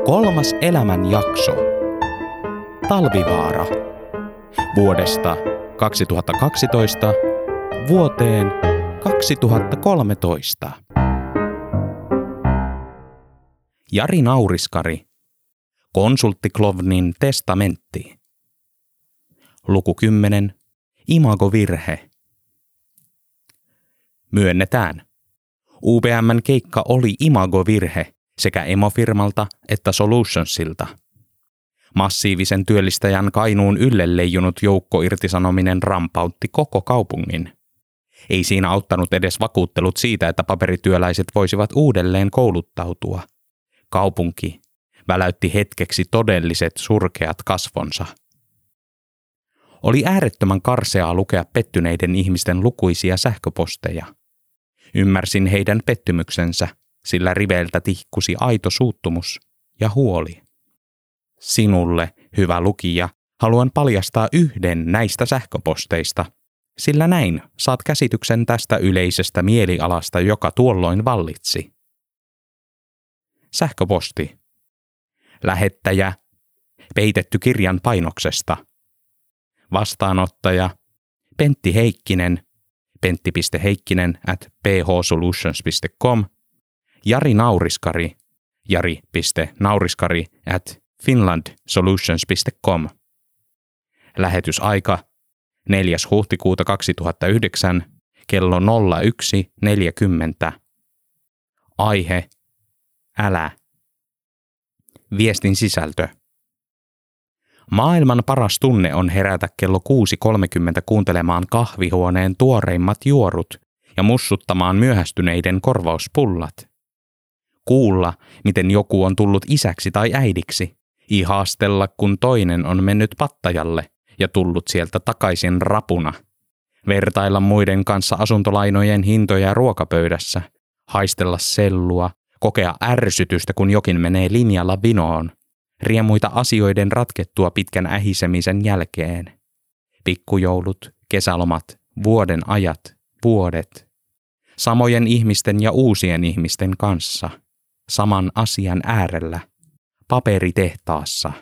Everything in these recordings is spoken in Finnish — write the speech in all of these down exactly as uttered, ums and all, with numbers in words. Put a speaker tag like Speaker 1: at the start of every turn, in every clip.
Speaker 1: Kolmas elämän jakso. Talvivaara. Vuodesta kaksituhattakaksitoista vuoteen kaksituhattakolmetoista. Jari Nauriskari. Konsulttiklovnin testamentti. Luku kymmenen. Imagovirhe. Myönnetään. U P M:n keikka oli imagovirhe sekä emofirmalta että Solutionsilta. Massiivisen työllistäjän Kainuun ylle leijunut joukkoirtisanominen rampautti koko kaupungin. Ei siinä auttanut edes vakuuttelut siitä, että paperityöläiset voisivat uudelleen kouluttautua. Kaupunki väläytti hetkeksi todelliset surkeat kasvonsa. Oli äärettömän karseaa lukea pettyneiden ihmisten lukuisia sähköposteja. Ymmärsin heidän pettymyksensä, sillä riveiltä tihkusi aito suuttumus ja huoli. Sinulle, hyvä lukija, haluan paljastaa yhden näistä sähköposteista, sillä näin saat käsityksen tästä yleisestä mielialasta, joka tuolloin vallitsi. Sähköposti. Lähettäjä. Peitetty kirjan painoksesta. Vastaanottaja. Pentti Heikkinen. pentti.heikkinen at p h solutions piste com. Jari Nauriskari. jari.nauriskari at finlandsolutions piste com. Lähetysaika neljäs huhtikuuta kaksituhattayhdeksän kello nolla yksi neljäkymmentä. Aihe: älä. Viestin sisältö. Maailman paras tunne on herätä kello kuusi kolmekymmentä kuuntelemaan kahvihuoneen tuoreimmat juorut ja mussuttamaan myöhästyneiden korvauspullat. Kuulla, miten joku on tullut isäksi tai äidiksi, ihastella, kun toinen on mennyt pattajalle ja tullut sieltä takaisin rapuna. Vertailla muiden kanssa asuntolainojen hintoja ruokapöydässä, haistella sellua, kokea ärsytystä, kun jokin menee linjalla vinoon, riemuita asioiden ratkettua pitkän ähisemisen jälkeen. Pikkujoulut, kesälomat, vuoden ajat, vuodet. Samojen ihmisten ja uusien ihmisten kanssa. Saman asian äärellä. Paperitehtaassa.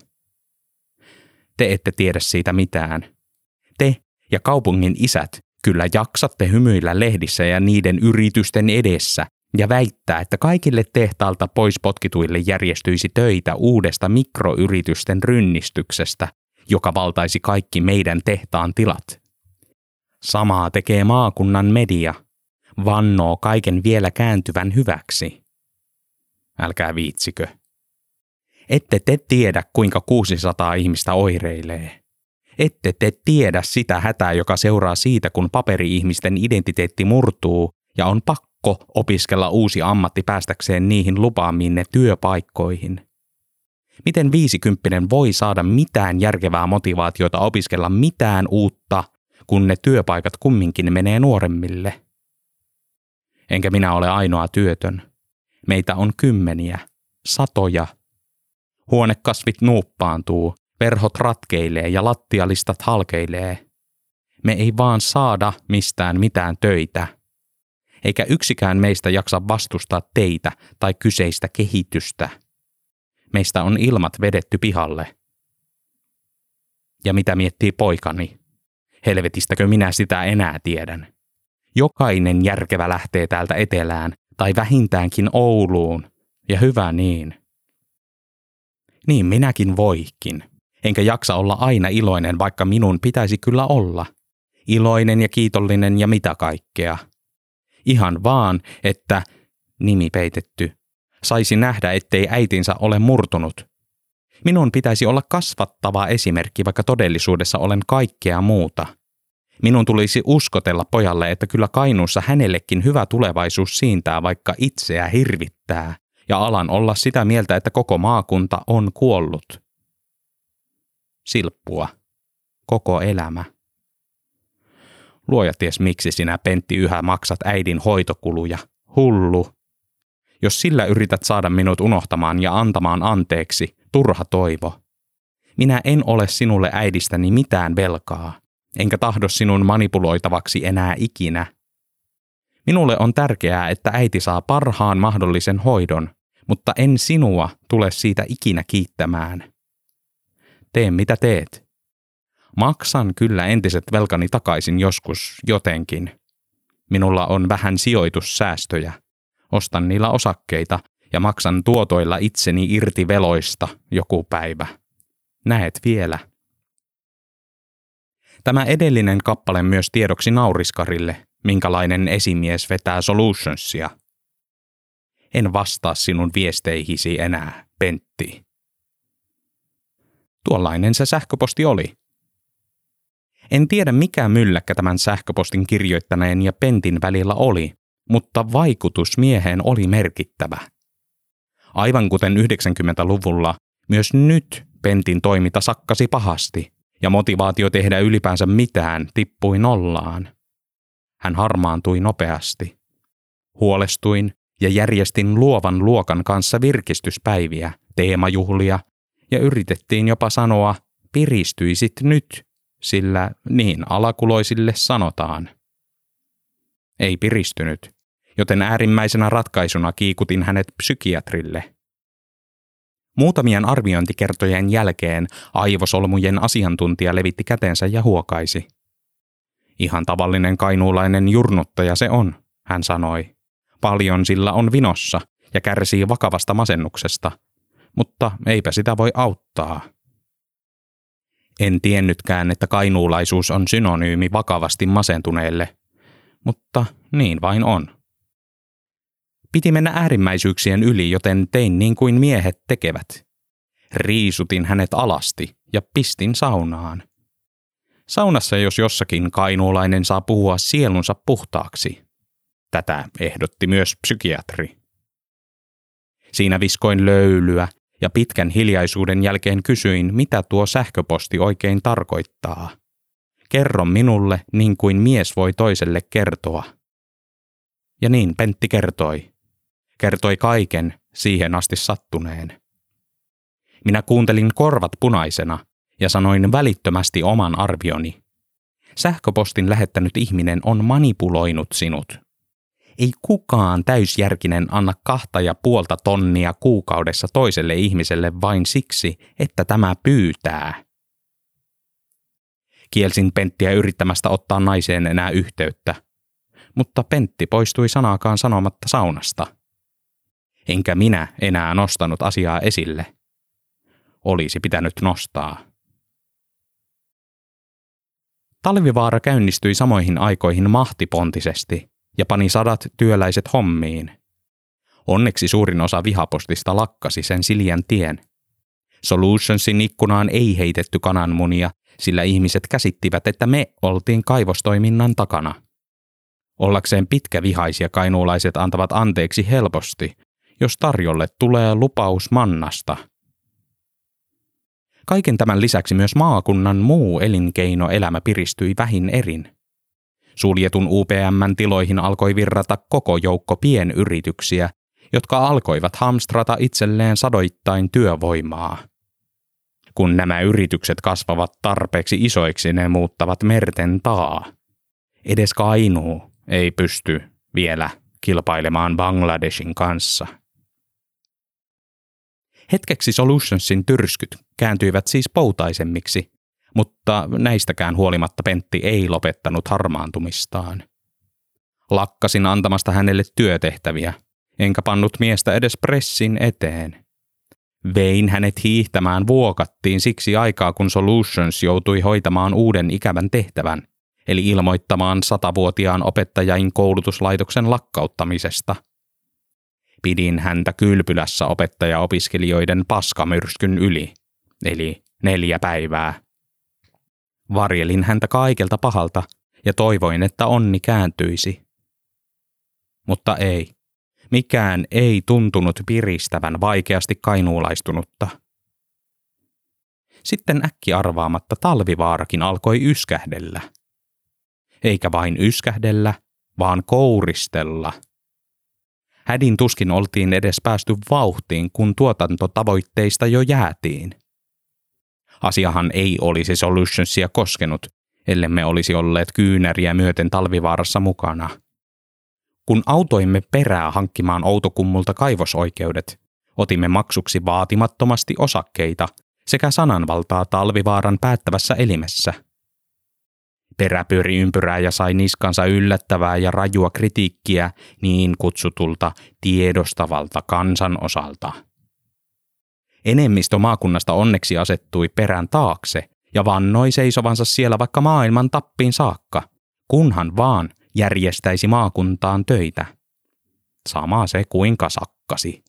Speaker 1: Te ette tiedä siitä mitään. Te ja kaupungin isät kyllä jaksatte hymyillä lehdissä ja niiden yritysten edessä ja väittää, että kaikille tehtaalta pois potkituille järjestyisi töitä uudesta mikroyritysten rynnistyksestä, joka valtaisi kaikki meidän tehtaan tilat. Samaa tekee maakunnan media, vannoo kaiken vielä kääntyvän hyväksi. Älkää viitsikö. Ette te tiedä, kuinka kuusisataa ihmistä oireilee. Ette te tiedä sitä hätää, joka seuraa siitä, kun paperi-ihmisten identiteetti murtuu ja on pakko opiskella uusi ammatti päästäkseen niihin lupaamiinne työpaikkoihin. Miten viisikymppinen voi saada mitään järkevää motivaatiota opiskella mitään uutta, kun ne työpaikat kumminkin menee nuoremmille? Enkä minä ole ainoa työtön. Meitä on kymmeniä, satoja. Huonekasvit nuuppaantuu, verhot ratkeilee ja lattialistat halkeilee. Me ei vaan saada mistään mitään töitä. Eikä yksikään meistä jaksa vastustaa teitä tai kyseistä kehitystä. Meistä on ilmat vedetty pihalle. Ja mitä miettii poikani? Helvetistäkö minä sitä enää tiedän? Jokainen järkevä lähtee täältä etelään tai vähintäänkin Ouluun, ja hyvä niin. Niin minäkin voikin, enkä jaksa olla aina iloinen, vaikka minun pitäisi kyllä olla. Iloinen ja kiitollinen ja mitä kaikkea. Ihan vaan, että, nimi peitetty, saisi nähdä, ettei äitinsä ole murtunut. Minun pitäisi olla kasvattava esimerkki, vaikka todellisuudessa olen kaikkea muuta. Minun tulisi uskotella pojalle, että kyllä Kainuussa hänellekin hyvä tulevaisuus siintää, vaikka itseä hirvittää, ja alan olla sitä mieltä, että koko maakunta on kuollut. Silppua. Koko elämä. Luoja ties miksi sinä, Pentti, yhä maksat äidin hoitokuluja. Hullu. Jos sillä yrität saada minut unohtamaan ja antamaan anteeksi, turha toivo. Minä en ole sinulle äidistäni mitään velkaa, enkä tahdo sinun manipuloitavaksi enää ikinä. Minulle on tärkeää, että äiti saa parhaan mahdollisen hoidon, mutta en sinua tule siitä ikinä kiittämään. Tee mitä teet. Maksan kyllä entiset velkani takaisin joskus jotenkin. Minulla on vähän sijoitussäästöjä. Ostan niillä osakkeita ja maksan tuotoilla itseni irti veloista joku päivä. Näet vielä. Tämä edellinen kappale myös tiedoksi nauriskarille, minkälainen esimies vetää Solutionsia. En vastaa sinun viesteihisi enää, Pentti. Tuollainen se sähköposti oli. En tiedä mikä mylläkkä tämän sähköpostin kirjoittaneen ja Pentin välillä oli, mutta vaikutus mieheen oli merkittävä. Aivan kuten yhdeksänkymmentäluvulla, myös nyt Pentin toiminta sakkasi pahasti ja motivaatio tehdä ylipäänsä mitään tippui nollaan. Hän harmaantui nopeasti. Huolestuin ja järjestin luovan luokan kanssa virkistyspäiviä, teemajuhlia ja yritettiin jopa sanoa, piristyisit nyt, sillä niin alakuloisille sanotaan. Ei piristynyt, joten äärimmäisenä ratkaisuna kiikutin hänet psykiatrille. Muutamien arviointikertojen jälkeen aivosolmujen asiantuntija levitti kätensä ja huokaisi. Ihan tavallinen kainuulainen jurnuttaja se on, hän sanoi. Paljon sillä on vinossa ja kärsii vakavasta masennuksesta, mutta eipä sitä voi auttaa. En tiennytkään, että kainuulaisuus on synonyymi vakavasti masentuneelle, mutta niin vain on. Piti mennä äärimmäisyyksien yli, joten tein niin kuin miehet tekevät. Riisutin hänet alasti ja pistin saunaan. Saunassa jos jossakin kainuulainen saa puhua sielunsa puhtaaksi. Tätä ehdotti myös psykiatri. Siinä viskoin löylyä ja pitkän hiljaisuuden jälkeen kysyin, mitä tuo sähköposti oikein tarkoittaa. Kerro minulle niin kuin mies voi toiselle kertoa. Ja niin Pentti kertoi. Kertoi kaiken siihen asti sattuneen. Minä kuuntelin korvat punaisena ja sanoin välittömästi oman arvioni. Sähköpostin lähettänyt ihminen on manipuloinut sinut. Ei kukaan täysjärkinen anna kahta ja puolta tonnia kuukaudessa toiselle ihmiselle vain siksi, että tämä pyytää. Kielsin Penttiä yrittämästä ottaa naiseen enää yhteyttä, mutta Pentti poistui sanaakaan sanomatta saunasta. Enkä minä enää nostanut asiaa esille. Olisi pitänyt nostaa. Talvivaara käynnistyi samoihin aikoihin mahtipontisesti ja pani sadat työläiset hommiin. Onneksi suurin osa vihapostista lakkasi sen siljän tien. Solutionsin ikkunaan ei heitetty kananmunia, sillä ihmiset käsittivät, että me oltiin kaivostoiminnan takana. Ollakseen pitkävihaisia kainuulaiset antavat anteeksi helposti, jos tarjolle tulee lupaus mannasta. Kaiken tämän lisäksi myös maakunnan muu elinkeinoelämä piristyi vähin erin. Suljetun U P M:n tiloihin alkoi virrata koko joukko pienyrityksiä, jotka alkoivat hamstrata itselleen sadoittain työvoimaa. Kun nämä yritykset kasvavat tarpeeksi isoiksi, ne muuttavat merten taa. Edes Kainuu ei pysty vielä kilpailemaan Bangladeshin kanssa. Hetkeksi Solutionsin tyrskyt kääntyivät siis poutaisemmiksi, mutta näistäkään huolimatta Pentti ei lopettanut harmaantumistaan. Lakkasin antamasta hänelle työtehtäviä, enkä pannut miestä edes pressin eteen. Vein hänet hiihtämään vuokattiin siksi aikaa, kun Solutions joutui hoitamaan uuden ikävän tehtävän, eli ilmoittamaan satavuotiaan opettajain koulutuslaitoksen lakkauttamisesta. Pidin häntä kylpylässä opettajaopiskelijoiden paskamyrskyn yli, eli neljä päivää. Varjelin häntä kaikelta pahalta ja toivoin, että onni kääntyisi. Mutta ei. Mikään ei tuntunut piristävän vaikeasti kainuulaistunutta. Sitten äkkiarvaamatta Talvivaarakin alkoi yskähdellä. Eikä vain yskähdellä, vaan kouristella. Hädin tuskin oltiin edes päästy vauhtiin, kun tuotantotavoitteista jo jäätiin. Asiahan ei olisi Solutionsia koskenut, ellemme olisi olleet kyynäriä myöten Talvivaarassa mukana. Kun autoimme perää hankkimaan Outokummulta kaivosoikeudet, Otimme maksuksi vaatimattomasti osakkeita sekä sananvaltaa Talvivaaran päättävässä elimessä. Perä pyöri ympyrää ja sai niskansa yllättävää ja rajua kritiikkiä niin kutsutulta tiedostavalta kansanosalta. Enemmistö maakunnasta onneksi asettui perän taakse ja vannoi seisovansa siellä vaikka maailman tappiin saakka, kunhan vaan järjestäisi maakuntaan töitä. Sama se kuinka sakkasi.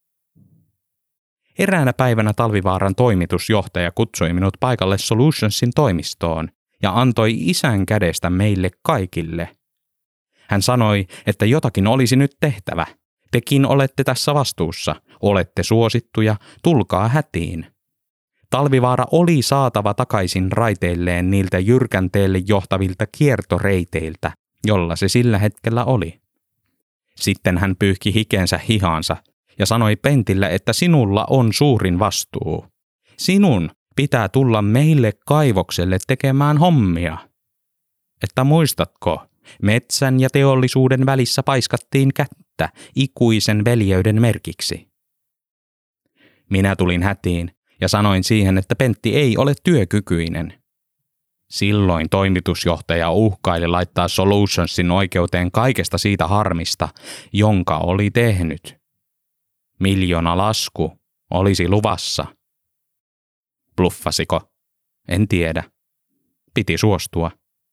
Speaker 1: Eräänä päivänä Talvivaaran toimitusjohtaja kutsui minut paikalle Solutionsin toimistoon ja antoi isän kädestä meille kaikille. Hän sanoi, että jotakin olisi nyt tehtävä. Tekin olette tässä vastuussa, olette suosittuja, tulkaa hätiin. Talvivaara oli saatava takaisin raiteilleen niiltä jyrkänteelle johtavilta kiertoreiteiltä, jolla se sillä hetkellä oli. Sitten hän pyyhki hikensä hihaansa ja sanoi Pentille, että sinulla on suurin vastuu. Sinun pitää tulla meille kaivokselle tekemään hommia. Että muistatko, metsän ja teollisuuden välissä paiskattiin kättä ikuisen veljeyden merkiksi. Minä tulin hätiin ja sanoin siihen, että Pentti ei ole työkykyinen. Silloin toimitusjohtaja uhkaili laittaa Solutionsin oikeuteen kaikesta siitä harmista, jonka oli tehnyt. Miljoona lasku olisi luvassa. Bluffasiko? En tiedä. Piti suostua.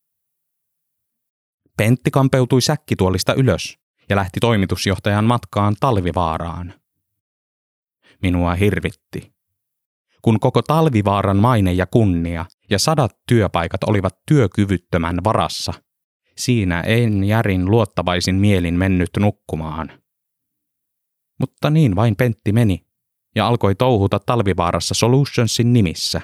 Speaker 1: Pentti kampeutui säkkituolista ylös ja lähti toimitusjohtajan matkaan Talvivaaraan. Minua hirvitti. Kun koko Talvivaaran maine ja kunnia ja sadat työpaikat olivat työkyvyttömän varassa, siinä en järin luottavaisin mielin mennyt nukkumaan. Mutta niin vain Pentti meni ja alkoi touhuta Talvivaarassa Solutionsin nimissä.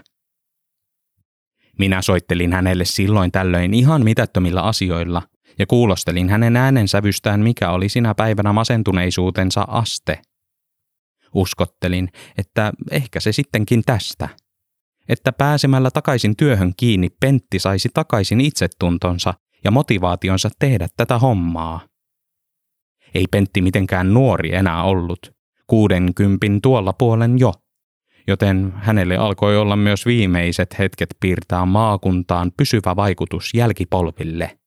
Speaker 1: Minä soittelin hänelle silloin tällöin ihan mitättömillä asioilla ja kuulostelin hänen äänensävystään, mikä oli sinä päivänä masentuneisuutensa aste. Uskottelin, että ehkä se sittenkin tästä. Että pääsemällä takaisin työhön kiinni Pentti saisi takaisin itsetuntonsa ja motivaationsa tehdä tätä hommaa. Ei Pentti mitenkään nuori enää ollut, kuudenkympin tuolla puolen jo, joten hänelle alkoi olla myös viimeiset hetket piirtää maakuntaan pysyvä vaikutus jälkipolville.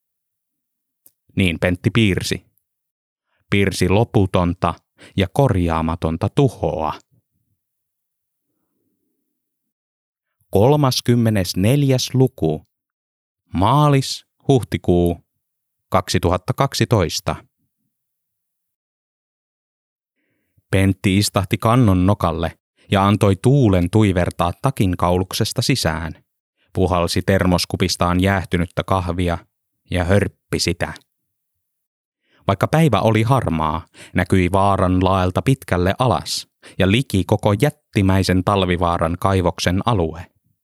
Speaker 1: Niin Pentti piirsi. Piirsi loputonta ja korjaamatonta tuhoa. kolmaskymmenesneljäs luku. Maalis-huhtikuu kaksituhattakaksitoista. Pentti istahti kannon nokalle ja antoi tuulen tuivertaa takin kauluksesta sisään. Puhalsi termoskupistaan jäähtynyttä kahvia ja hörppi sitä. Vaikka päivä oli harmaa, näkyi vaaran laelta pitkälle alas ja liki koko jättimäisen Talvivaaran kaivoksen alue.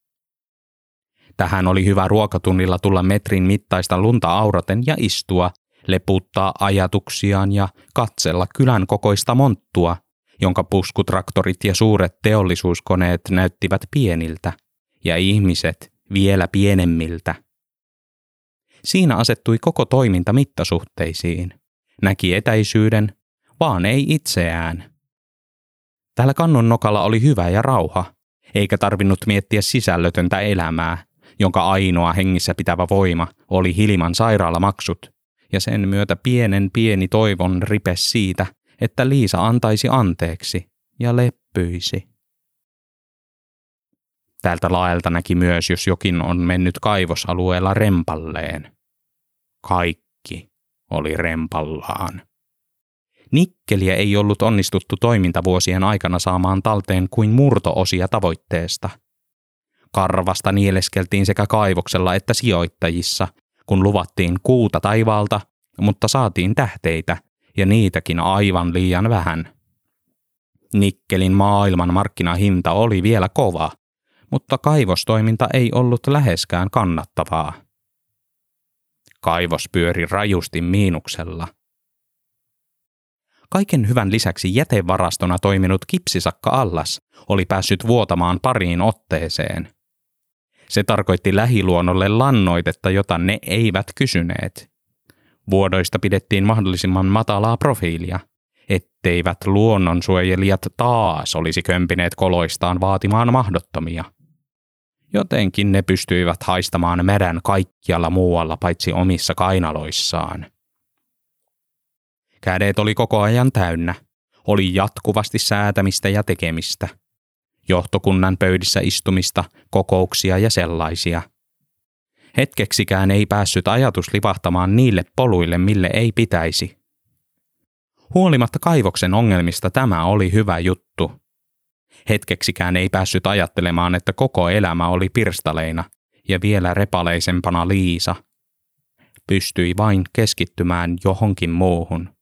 Speaker 1: Tähän oli hyvä ruokatunnilla tulla metrin mittaista lunta auraten ja istua, leputtaa ajatuksiaan ja katsella kylän kokoista monttua, jonka puskutraktorit ja suuret teollisuuskoneet näyttivät pieniltä ja ihmiset vielä pienemmiltä. Siinä asettui koko toiminta mittasuhteisiin. Näki etäisyyden, vaan ei itseään. Täällä kannon nokalla oli hyvä ja rauha, eikä tarvinnut miettiä sisällötöntä elämää, jonka ainoa hengissä pitävä voima oli Hilman sairaalamaksut, ja sen myötä pienen pieni toivon ripe siitä, että Liisa antaisi anteeksi ja leppyisi. Täältä laelta näki myös, jos jokin on mennyt kaivosalueella rempalleen. Kaikki oli rempallaan. Nikkeliä ei ollut onnistuttu toimintavuosien aikana saamaan talteen kuin murto-osia tavoitteesta. Karvasta nieleskeltiin sekä kaivoksella että sijoittajissa, kun luvattiin kuuta taivaalta, mutta saatiin tähteitä, ja niitäkin aivan liian vähän. Nikkelin maailman markkinahinta oli vielä kova, mutta kaivostoiminta ei ollut läheskään kannattavaa. Kaivos pyöri rajusti miinuksella. Kaiken hyvän lisäksi jätevarastona toiminut kipsisakka-allas oli päässyt vuotamaan pariin otteeseen. Se tarkoitti lähiluonnolle lannoitetta, jota ne eivät kysyneet. Vuodoista pidettiin mahdollisimman matalaa profiilia, etteivät luonnonsuojelijat taas olisi kömpineet koloistaan vaatimaan mahdottomia. Jotenkin ne pystyivät haistamaan märän kaikkialla muualla paitsi omissa kainaloissaan. Kädet oli koko ajan täynnä. Oli jatkuvasti säätämistä ja tekemistä. Johtokunnan pöydissä istumista, kokouksia ja sellaisia. Hetkeksikään ei päässyt ajatus livahtamaan niille poluille, mille ei pitäisi. Huolimatta kaivoksen ongelmista tämä oli hyvä juttu. Hetkeksikään ei päässyt ajattelemaan, että koko elämä oli pirstaleina ja vielä repaleisempana Liisa. Pystyi vain keskittymään johonkin muuhun.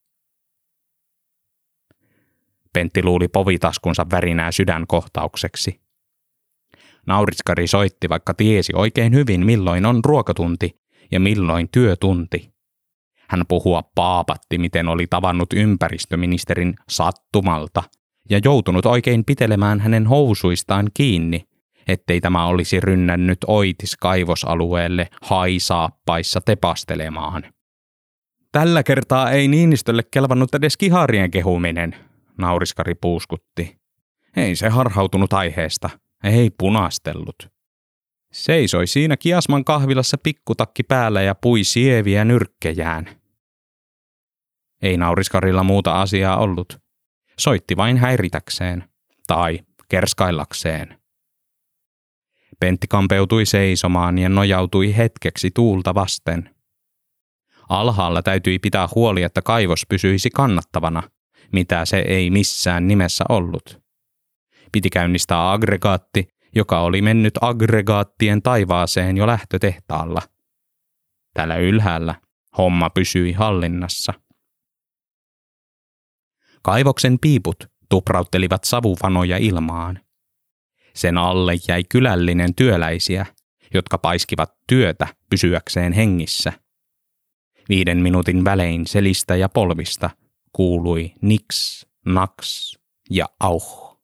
Speaker 1: Pentti luuli povitaskunsa värinää sydänkohtaukseksi. Nauriskari soitti, vaikka tiesi oikein hyvin, milloin on ruokatunti ja milloin työtunti. Hän puhua paapatti, miten oli tavannut ympäristöministerin sattumalta ja joutunut oikein pitelemään hänen housuistaan kiinni, ettei tämä olisi rynnännyt oitis kaivosalueelle haisaappaissa tepastelemaan. Tällä kertaa ei Niinistölle kelvannut edes kiharien kehuminen, nauriskari puuskutti. Ei se harhautunut aiheesta, ei punastellut. Seisoi siinä Kiasman kahvilassa pikkutakki päällä ja pui sieviä nyrkkejään. Ei nauriskarilla muuta asiaa ollut. Soitti vain häiritäkseen tai kerskaillakseen. Pentti kampeutui seisomaan ja nojautui hetkeksi tuulta vasten. Alhaalla täytyi pitää huoli, että kaivos pysyisi kannattavana, mitä se ei missään nimessä ollut. Piti käynnistää aggregaatti, joka oli mennyt aggregaattien taivaaseen jo lähtötehtaalla. Täällä ylhäällä homma pysyi hallinnassa. Kaivoksen piiput tuprauttelivat savuvanoja ilmaan. Sen alle jäi kylällinen työläisiä, jotka paiskivat työtä pysyäkseen hengissä. Viiden minuutin välein selistä ja polvista kuului niks, naks ja auh.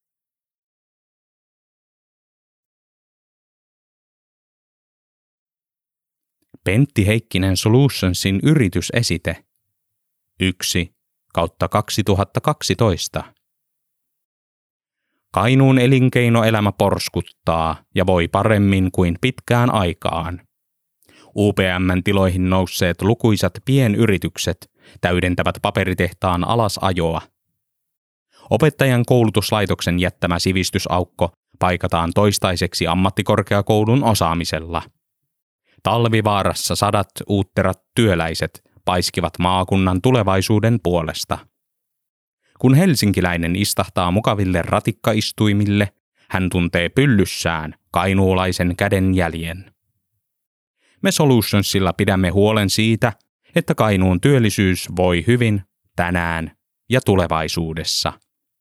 Speaker 1: Pentti Heikkinen Solutionsin yritysesite yksi kautta kaksituhattakaksitoista. Kainuun elinkeinoelämä porskuttaa ja voi paremmin kuin pitkään aikaan. U P M:n tiloihin nousseet lukuisat pienyritykset täydentävät paperitehtaan alasajoa. Opettajan koulutuslaitoksen jättämä sivistysaukko paikataan toistaiseksi ammattikorkeakoulun osaamisella. Talvivaarassa sadat uutterat työläiset paiskivat maakunnan tulevaisuuden puolesta. Kun helsinkiläinen istahtaa mukaville ratikkaistuimille, hän tuntee pyllyssään kainuulaisen kädenjäljen. Me Solutionsilla pidämme huolen siitä, että Kainuun työllisyys voi hyvin tänään ja tulevaisuudessa.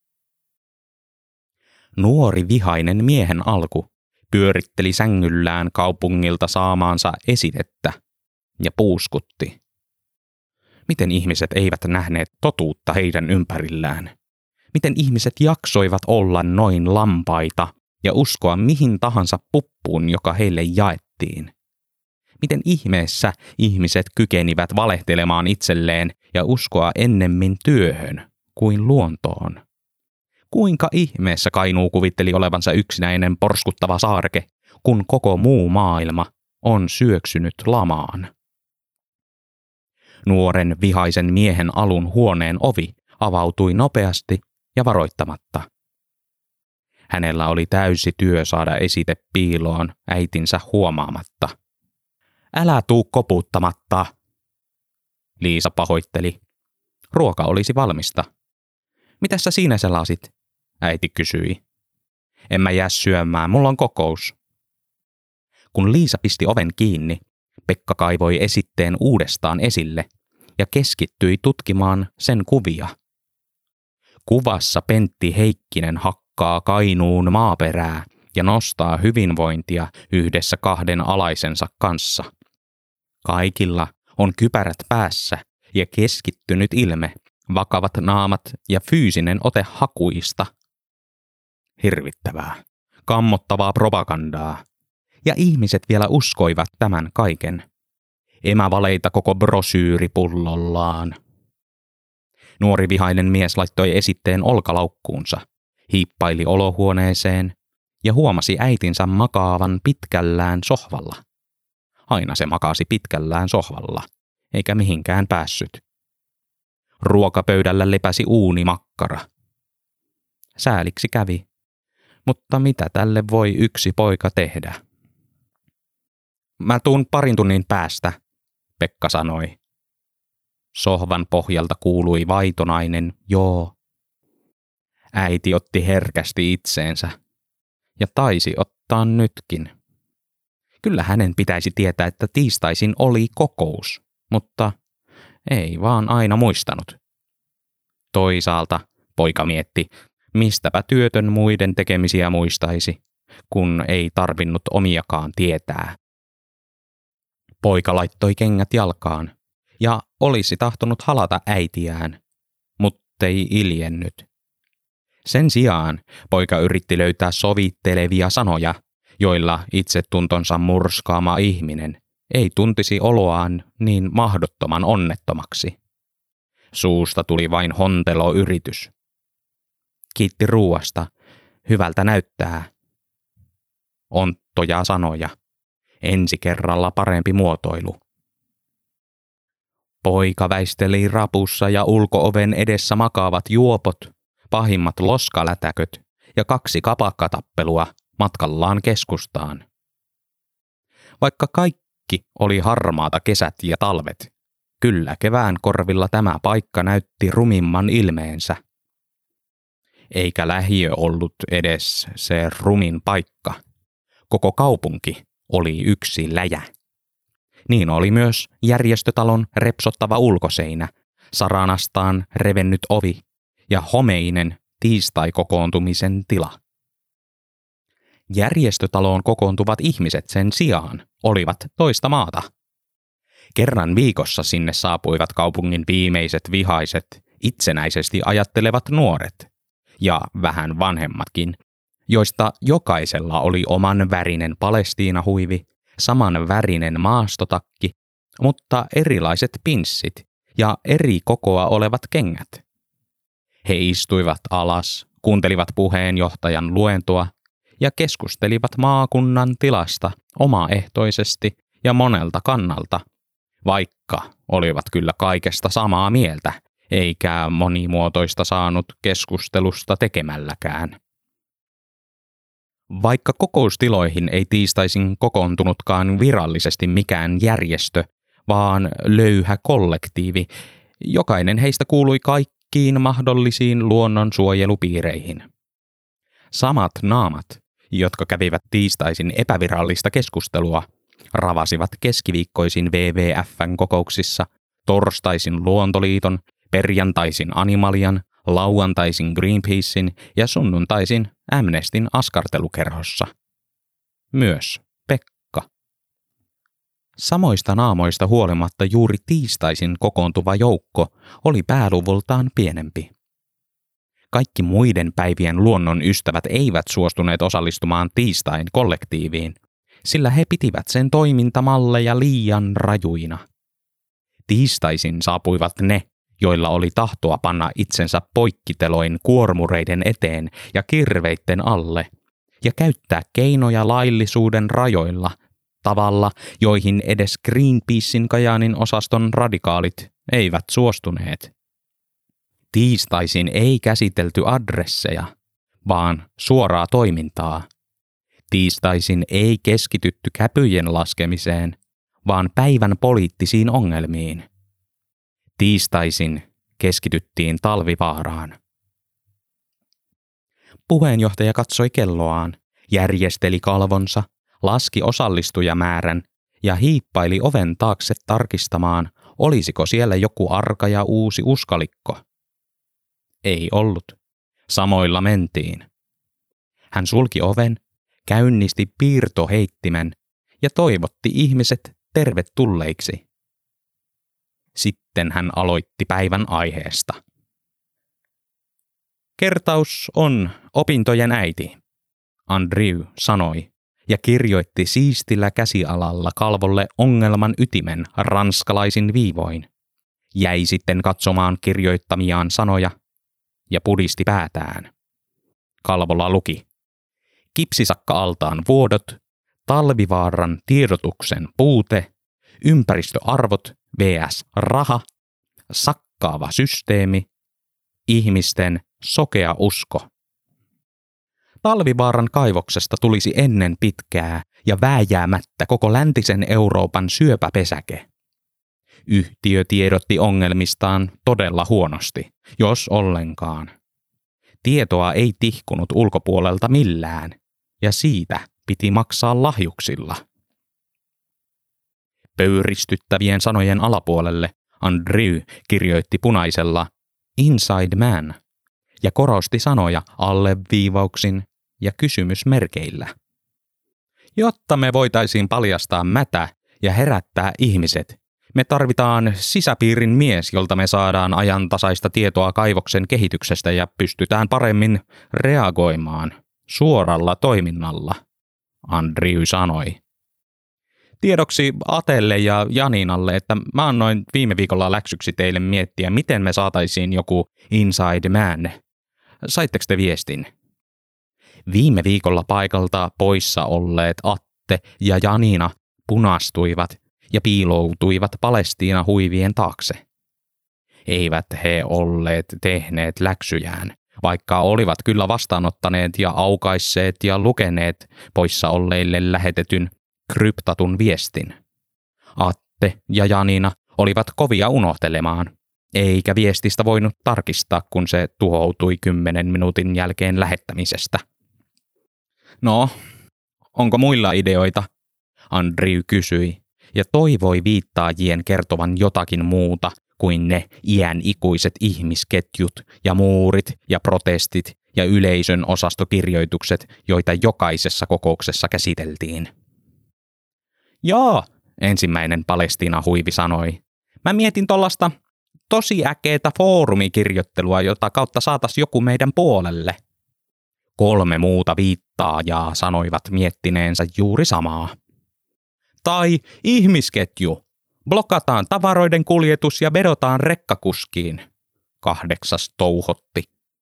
Speaker 1: Nuori vihainen miehen alku pyöritteli sängyllään kaupungilta saamaansa esitettä ja puuskutti. Miten ihmiset eivät nähneet totuutta heidän ympärillään? Miten ihmiset jaksoivat olla noin lampaita ja uskoa mihin tahansa puppuun, joka heille jaettiin? Miten ihmeessä ihmiset kykenivät valehtelemaan itselleen ja uskoa ennemmin työhön kuin luontoon? Kuinka ihmeessä Kainuu kuvitteli olevansa yksinäinen porskuttava saarke, kun koko muu maailma on syöksynyt lamaan? Nuoren vihaisen miehen alun huoneen ovi avautui nopeasti ja varoittamatta. Hänellä oli täysi työ saada esite piiloon äitinsä huomaamatta. Älä tuu koputtamatta, Liisa pahoitteli. Ruoka olisi valmista. Mitäs sä siinä selasit? Äiti kysyi. En mä jää syömään, mulla on kokous. Kun Liisa pisti oven kiinni, Pekka kaivoi esitteen uudestaan esille ja keskittyi tutkimaan sen kuvia. Kuvassa Pentti Heikkinen hakkaa Kainuun maaperää ja nostaa hyvinvointia yhdessä kahden alaisensa kanssa. Kaikilla on kypärät päässä ja keskittynyt ilme, vakavat naamat ja fyysinen ote hakuista. Hirvittävää, kammottavaa propagandaa. Ja ihmiset vielä uskoivat tämän kaiken. Emävaleita koko brosyyripullollaan. Nuori vihainen mies laittoi esitteen olkalaukkuunsa, hiippaili olohuoneeseen ja huomasi äitinsä makaavan pitkällään sohvalla. Aina se makasi pitkällään sohvalla, eikä mihinkään päässyt. Ruokapöydällä lepäsi uunimakkara. Sääliksi kävi, mutta mitä tälle voi yksi poika tehdä? Mä tuun parin tunnin päästä, Pekka sanoi. Sohvan pohjalta kuului vaitonainen joo. Äiti otti herkästi itseensä ja taisi ottaa nytkin. Kyllä hänen pitäisi tietää, että tiistaisin oli kokous, mutta ei vaan aina muistanut. Toisaalta poika mietti, mistäpä työtön muiden tekemisiä muistaisi, kun ei tarvinnut omiakaan tietää. Poika laittoi kengät jalkaan ja olisi tahtonut halata äitiään, muttei iljennyt. Sen sijaan poika yritti löytää sovittelevia sanoja, joilla itsetuntonsa murskaama ihminen ei tuntisi oloaan niin mahdottoman onnettomaksi. Suusta tuli vain honteloyritys. Kiitti ruuasta, hyvältä näyttää. Onttoja sanoja, ensi kerralla parempi muotoilu. Poika väisteli rapussa ja ulko-oven edessä makaavat juopot, pahimmat loskalätäköt ja kaksi kapakkatappelua matkallaan keskustaan. Vaikka kaikki oli harmaata kesät ja talvet, kyllä kevään korvilla tämä paikka näytti rumimman ilmeensä. Eikä lähiö ollut edes se rumin paikka. Koko kaupunki oli yksi läjä. Niin oli myös järjestötalon repsottava ulkoseinä, saranastaan revennyt ovi ja homeinen tiistai-kokoontumisen tila. Järjestötaloon kokoontuvat ihmiset sen sijaan olivat toista maata. Kerran viikossa sinne saapuivat kaupungin viimeiset vihaiset, itsenäisesti ajattelevat nuoret ja vähän vanhemmatkin, joista jokaisella oli oman värinen Palestiinahuivi, saman värinen maastotakki, mutta erilaiset pinssit ja eri kokoa olevat kengät. He istuivat alas, kuuntelivat puheenjohtajan luentoa ja keskustelivat maakunnan tilasta omaehtoisesti ja monelta kannalta, vaikka olivat kyllä kaikesta samaa mieltä, eikä monimuotoista saanut keskustelusta tekemälläkään. Vaikka kokoustiloihin ei tiistaisin kokoontunutkaan virallisesti mikään järjestö, vaan löyhä kollektiivi, jokainen heistä kuului kaikkiin mahdollisiin luonnonsuojelupiireihin. Samat naamat, jotka kävivät tiistaisin epävirallista keskustelua, ravasivat keskiviikkoisin W W F:n kokouksissa, torstaisin Luontoliiton, perjantaisin Animalian, lauantaisin Greenpeacein ja sunnuntaisin Amnestyn askartelukerhossa. Myös Pekka. Samoista naamoista huolimatta juuri tiistaisin kokoontuva joukko oli pääluvultaan pienempi. Kaikki muiden päivien luonnon ystävät eivät suostuneet osallistumaan tiistain kollektiiviin, sillä he pitivät sen toimintamalleja liian rajuina. Tiistaisin saapuivat ne, joilla oli tahtoa panna itsensä poikkiteloin kuormureiden eteen ja kirveitten alle, ja käyttää keinoja laillisuuden rajoilla tavalla, joihin edes Greenpeacein Kajaanin osaston radikaalit eivät suostuneet. Tiistaisin ei käsitelty adresseja, vaan suoraa toimintaa. Tiistaisin ei keskitytty käpyjen laskemiseen, vaan päivän poliittisiin ongelmiin. Tiistaisin keskityttiin Talvivaaraan. Puheenjohtaja katsoi kelloaan, järjesteli kalvonsa, laski osallistujamäärän ja hiippaili oven taakse tarkistamaan, olisiko siellä joku arka ja uusi uskalikko. Ei ollut. Samoilla mentiin. Hän sulki oven, käynnisti piirtoheittimen ja toivotti ihmiset tervetulleiksi. Sitten hän aloitti päivän aiheesta. Kertaus on opintojen äiti, Andrew sanoi ja kirjoitti siistillä käsialalla kalvolle ongelman ytimen ranskalaisin viivoin. jäi sitten katsomaan kirjoittamiaan sanoja ja pudisti päätään. Kalvola luki: Kipsisakka-altaan vuodot, Talvivaaran tiedotuksen puute, ympäristöarvot vs raha, sakkaava systeemi, ihmisten sokea usko. Talvivaaran kaivoksesta tulisi ennen pitkää ja vääjäämättä koko läntisen Euroopan syöpäpesäke. Yhtiö tiedotti ongelmistaan todella huonosti, jos ollenkaan. Tietoa ei tihkunut ulkopuolelta millään, ja siitä piti maksaa lahjuksilla. Pöyristyttävien sanojen alapuolelle Andrew kirjoitti punaisella Inside Man ja korosti sanoja alleviivauksin ja kysymysmerkeillä. Jotta me voitaisiin paljastaa mätä ja herättää ihmiset, me tarvitaan sisäpiirin mies, jolta me saadaan ajantasaista tietoa kaivoksen kehityksestä ja pystytään paremmin reagoimaan suoralla toiminnalla, Andrew sanoi. Tiedoksi Atelle ja Janinalle, että mä annoin viime viikolla läksyksi teille miettiä, miten me saataisiin joku Inside Man. Saitteko te viestin? Viime viikolla paikalta poissa olleet Atte ja Janina punastuivat ja piiloutuivat Palestiina huivien taakse. Eivät he olleet tehneet läksyjään, vaikka olivat kyllä vastaanottaneet ja aukaisseet ja lukeneet poissa olleille lähetetyn kryptatun viestin. Atte ja Janina olivat kovia unohtelemaan, eikä viestistä voinut tarkistaa, kun se tuhoutui kymmenen minuutin jälkeen lähettämisestä. No, onko muilla ideoita? Andrew kysyi ja toivoi viittaajien kertovan jotakin muuta kuin ne iän ikuiset ihmisketjut ja muurit ja protestit ja yleisön osastokirjoitukset, joita jokaisessa kokouksessa käsiteltiin. Joo, ensimmäinen Palestiina-huivi sanoi. Mä mietin tollasta tosi äkeetä foorumikirjoittelua, jota kautta saatas joku meidän puolelle. Kolme muuta viittaajaa sanoivat miettineensä juuri samaa. Tai ihmisketju. Blokataan tavaroiden kuljetus ja vedotaan rekkakuskiin. Kahdeksas touhotti.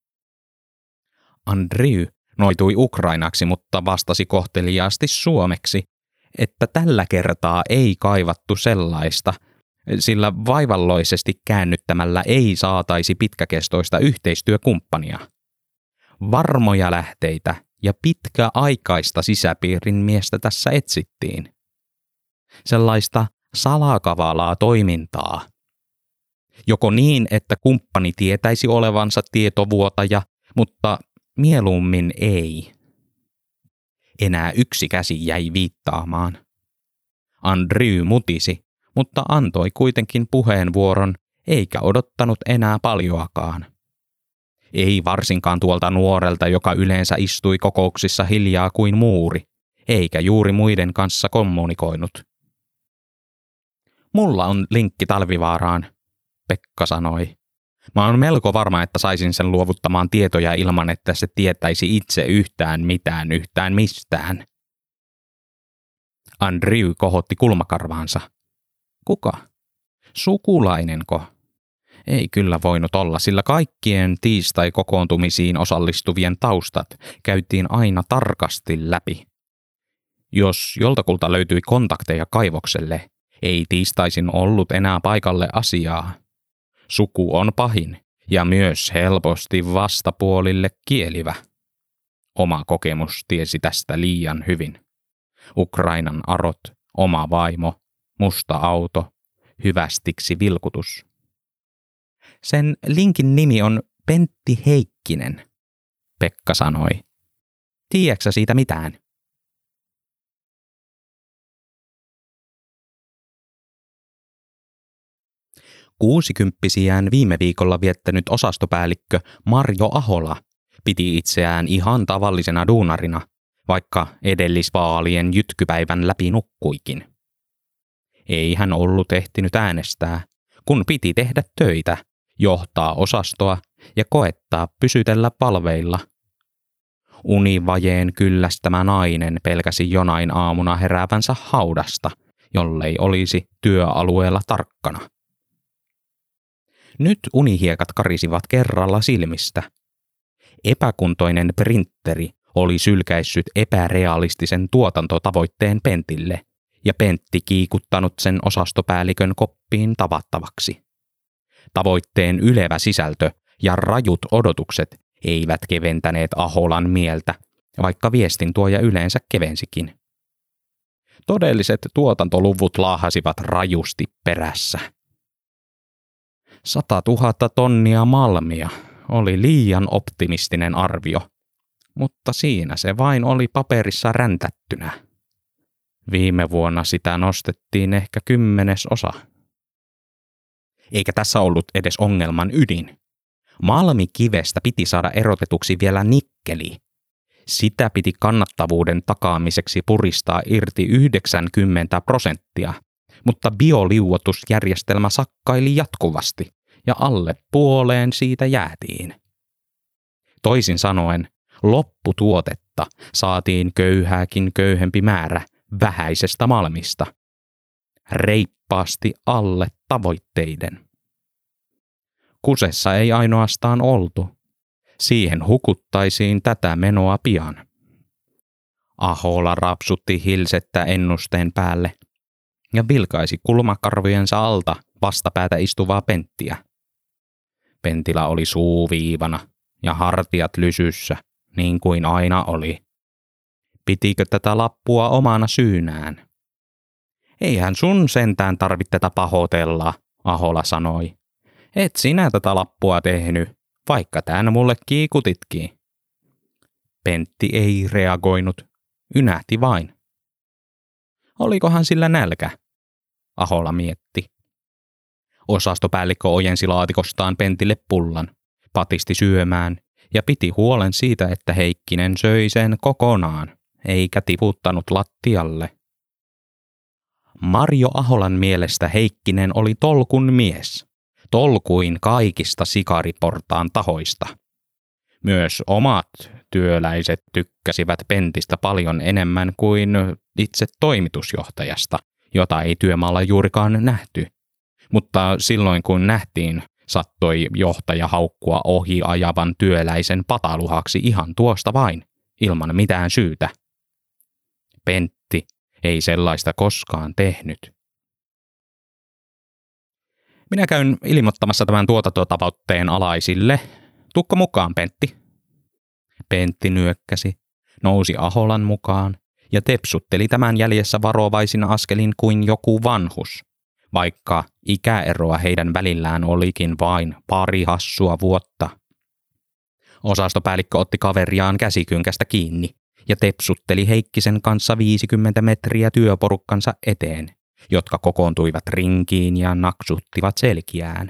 Speaker 1: Andrew noitui ukrainaksi, mutta vastasi kohteliaasti suomeksi, että tällä kertaa ei kaivattu sellaista, sillä vaivalloisesti käännyttämällä ei saataisi pitkäkestoista yhteistyökumppania. Varmoja lähteitä ja pitkäaikaista sisäpiirin miestä tässä etsittiin. Sellaista salakavalaa toimintaa. Joko niin, että kumppani tietäisi olevansa tietovuotaja, mutta mieluummin ei. Enää yksi käsi jäi viittaamaan. Andrew mutisi, mutta antoi kuitenkin puheenvuoron, eikä odottanut enää paljoakaan. Ei varsinkaan tuolta nuorelta, joka yleensä istui kokouksissa hiljaa kuin muuri, eikä juuri muiden kanssa kommunikoinut. Mulla on linkki Talvivaaraan, Pekka sanoi. Mä oon melko varma, että saisin sen luovuttamaan tietoja ilman, että se tietäisi itse yhtään mitään yhtään mistään. Andrew kohotti kulmakarvaansa. Kuka? Sukulainenko? Ei kyllä voinut olla, sillä kaikkien tiistai-kokoontumisiin osallistuvien taustat käytiin aina tarkasti läpi. Jos joltakulta löytyi kontakteja kaivokselle, ei tiistaisin ollut enää paikalle asiaa. Suku on pahin ja myös helposti vastapuolille kielivä. Oma kokemus tiesi tästä liian hyvin. Ukrainan arot, oma vaimo, musta auto, hyvästiksi vilkutus. Sen linkin nimi on Pentti Heikkinen, Pekka sanoi. Tiedätkö siitä mitään? Kuusikymppisiään viime viikolla viettänyt osastopäällikkö Marjo Ahola piti itseään ihan tavallisena duunarina, vaikka edellisvaalien jytkypäivän läpi nukkuikin. Ei hän ollut ehtinyt äänestää, kun piti tehdä töitä, johtaa osastoa ja koettaa pysytellä palveilla. Univajeen kyllästämä nainen pelkäsi jonain aamuna heräävänsä haudasta, jollei olisi työalueella tarkkana. Nyt unihiekat karisivat kerralla silmistä. Epäkuntoinen printeri oli sylkäissyt epärealistisen tuotantotavoitteen Pentille, ja Pentti kiikuttanut sen osastopäällikön koppiin tavattavaksi. Tavoitteen ylevä sisältö ja rajut odotukset eivät keventäneet Aholan mieltä, vaikka viestintuoja yleensä kevensikin. Todelliset tuotantoluvut laahasivat rajusti perässä. Satatuhatta tonnia malmia oli liian optimistinen arvio, mutta siinä se vain oli paperissa räntättynä. Viime vuonna sitä nostettiin ehkä kymmenesosa. Eikä tässä ollut edes ongelman ydin. Malmikivestä piti saada erotetuksi vielä nikkeli. Sitä piti kannattavuuden takaamiseksi puristaa irti yhdeksänkymmentä prosenttia, mutta bioliuotusjärjestelmä sakkaili jatkuvasti ja alle puoleen siitä jäätiin. Toisin sanoen, lopputuotetta saatiin köyhääkin köyhempi määrä vähäisestä malmista. Reippaasti alle tavoitteiden. Kusessa ei ainoastaan oltu. Siihen hukuttaisiin tätä menoa pian. Ahola rapsutti hilsettä ennusteen päälle ja vilkaisi kulmakarvojensa alta vastapäätä istuvaa Penttiä. Pentillä oli suu viivana ja hartiat lysyssä, niin kuin aina oli. Pitikö tätä lappua omana syynään? Eihän sun sentään tarvitse tätä pahoitella, Ahola sanoi. Et sinä tätä lappua tehnyt, vaikka tän mulle kiikutitkin. Pentti ei reagoinut, ynähti vain. Olikohan sillä nälkä? Ahola mietti. Osastopäällikkö ojensi laatikostaan Pentille pullan, patisti syömään ja piti huolen siitä, että Heikkinen söi sen kokonaan, eikä tiputtanut lattialle. Marjo Aholan mielestä Heikkinen oli tolkun mies, tolkuin kaikista sikariportaan tahoista. Myös omat työläiset tykkäsivät Pentistä paljon enemmän kuin itse toimitusjohtajasta, jota ei työmaalla juurikaan nähty. Mutta silloin kun nähtiin, sattoi johtaja haukkua ohi ajavan työläisen pataluhaksi ihan tuosta vain, ilman mitään syytä. Pentti ei sellaista koskaan tehnyt. Minä käyn ilmoittamassa tämän tuotantotavoitteen alaisille. Tukko mukaan, Pentti. Pentti nyökkäsi, nousi Aholan mukaan ja tepsutteli tämän jäljessä varovaisin askelin kuin joku vanhus, vaikka ikäeroa heidän välillään olikin vain pari hassua vuotta. Osastopäällikkö otti kaveriaan käsikynkästä kiinni ja tepsutteli Heikkisen kanssa viisikymmentä metriä työporukkansa eteen, jotka kokoontuivat rinkiin ja naksuttivat selkiään.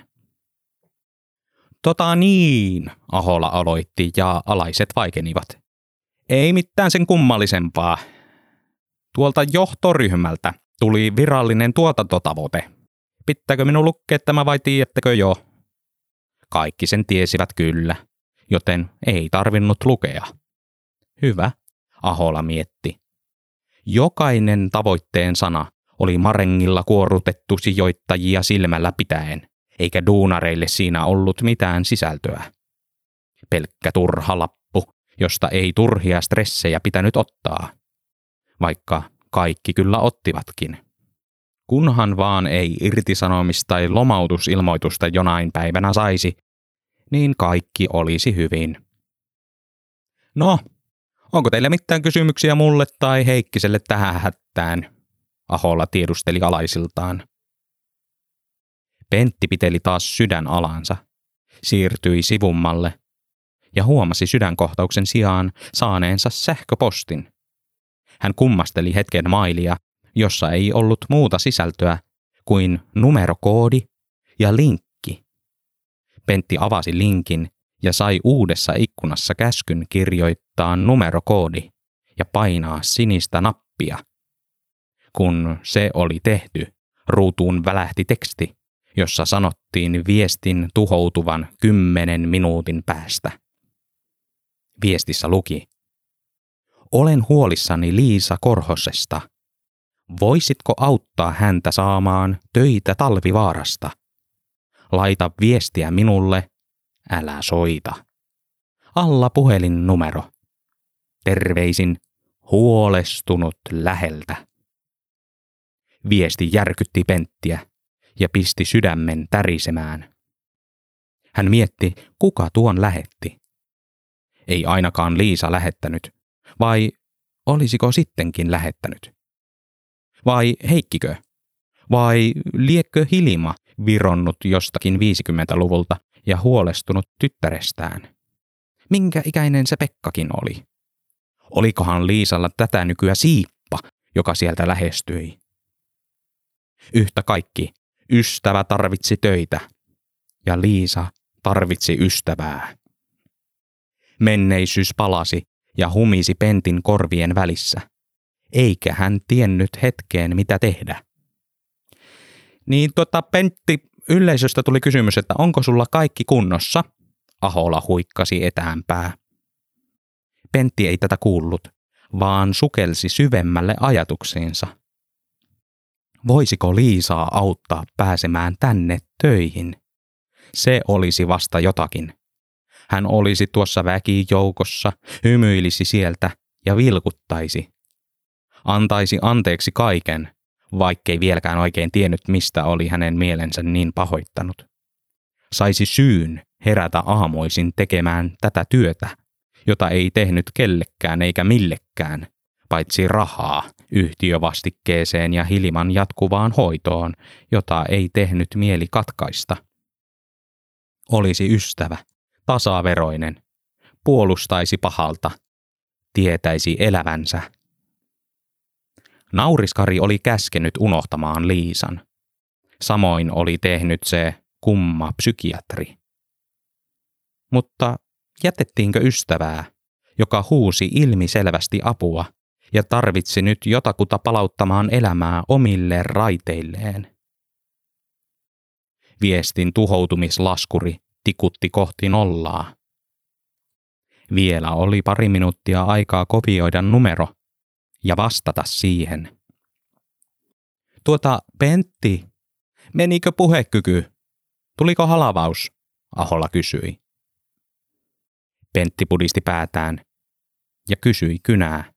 Speaker 1: Tota niin, Ahola aloitti ja alaiset vaikenivat. Ei mitään sen kummallisempaa. Tuolta johtoryhmältä tuli virallinen tuotantotavoite. Pitääkö minun lukea tämä vai tiedättekö jo? Kaikki sen tiesivät kyllä, joten ei tarvinnut lukea. Hyvä, Ahola mietti. Jokainen tavoitteen sana oli marengilla kuorutettu sijoittajia silmällä pitäen, eikä duunareille siinä ollut mitään sisältöä. Pelkkä turha lappu, josta ei turhia stressejä pitänyt ottaa, vaikka kaikki kyllä ottivatkin. Kunhan vaan ei irtisanomis- tai lomautusilmoitusta jonain päivänä saisi, niin kaikki olisi hyvin. No, onko teillä mitään kysymyksiä mulle tai Heikkiselle tähän hättään? Ahola tiedusteli alaisiltaan. Pentti piteli taas sydän alansa, siirtyi sivummalle ja huomasi sydänkohtauksen sijaan saaneensa sähköpostin. Hän kummasteli hetken mailia, jossa ei ollut muuta sisältöä kuin numerokoodi ja linkki. Pentti avasi linkin ja sai uudessa ikkunassa käskyn kirjoittaa numerokoodi ja painaa sinistä nappia. Kun se oli tehty, ruutuun välähti teksti, jossa sanottiin viestin tuhoutuvan kymmenen minuutin päästä. Viestissä luki: Olen huolissani Liisa Korhosesta. Voisitko auttaa häntä saamaan töitä Talvivaarasta? laita viestiä minulle, älä soita. Alla puhelinnumero. Terveisin huolestunut läheltä. Viesti järkytti Penttiä ja pisti sydämen tärisemään. Hän mietti, kuka tuon lähetti. Ei ainakaan Liisa lähettänyt, vai olisiko sittenkin lähettänyt? Vai Heikkikö? Vai liekkö Hilma vironnut jostakin viisikymmentäluvulta ja huolestunut tyttärestään? Minkä ikäinen se Pekkakin oli? Olikohan Liisalla tätä nykyä siippa, joka sieltä lähestyi? Yhtä kaikki, ystävä tarvitsi töitä, ja Liisa tarvitsi ystävää. Menneisyys palasi ja humisi Pentin korvien välissä, eikä hän tiennyt hetkeen mitä tehdä. Niin tota Pentti, yleisöstä tuli kysymys, että onko sulla kaikki kunnossa? Ahola huikkasi etäämpää. Pentti ei tätä kuullut, vaan sukelsi syvemmälle ajatuksiinsa. Voisiko Liisaa auttaa pääsemään tänne töihin? Se olisi vasta jotakin. Hän olisi tuossa väkijoukossa, hymyilisi sieltä ja vilkuttaisi. Antaisi anteeksi kaiken, vaikkei vieläkään oikein tiennyt, mistä oli hänen mielensä niin pahoittanut. Saisi syyn herätä aamuisin tekemään tätä työtä, jota ei tehnyt kellekään eikä millekään, paitsi rahaa yhtiövastikkeeseen ja Hilman jatkuvaan hoitoon, jota ei tehnyt mieli katkaista. Olisi ystävä, tasaveroinen, puolustaisi pahalta, tietäisi elävänsä. Nauriskari oli käskenyt unohtamaan Liisan. Samoin oli tehnyt se kumma psykiatri. Mutta jätettiinkö ystävää, joka huusi ilmiselvästi apua ja tarvitsi nyt jotakuta palauttamaan elämää omille raiteilleen? Viestin tuhoutumislaskuri tikutti kohti nollaa. Vielä oli pari minuuttia aikaa kopioida numero ja vastata siihen. Tuota, Pentti, menikö puhekyky? Tuliko halavaus? Ahola kysyi. Pentti pudisti päätään ja kysyi kynää.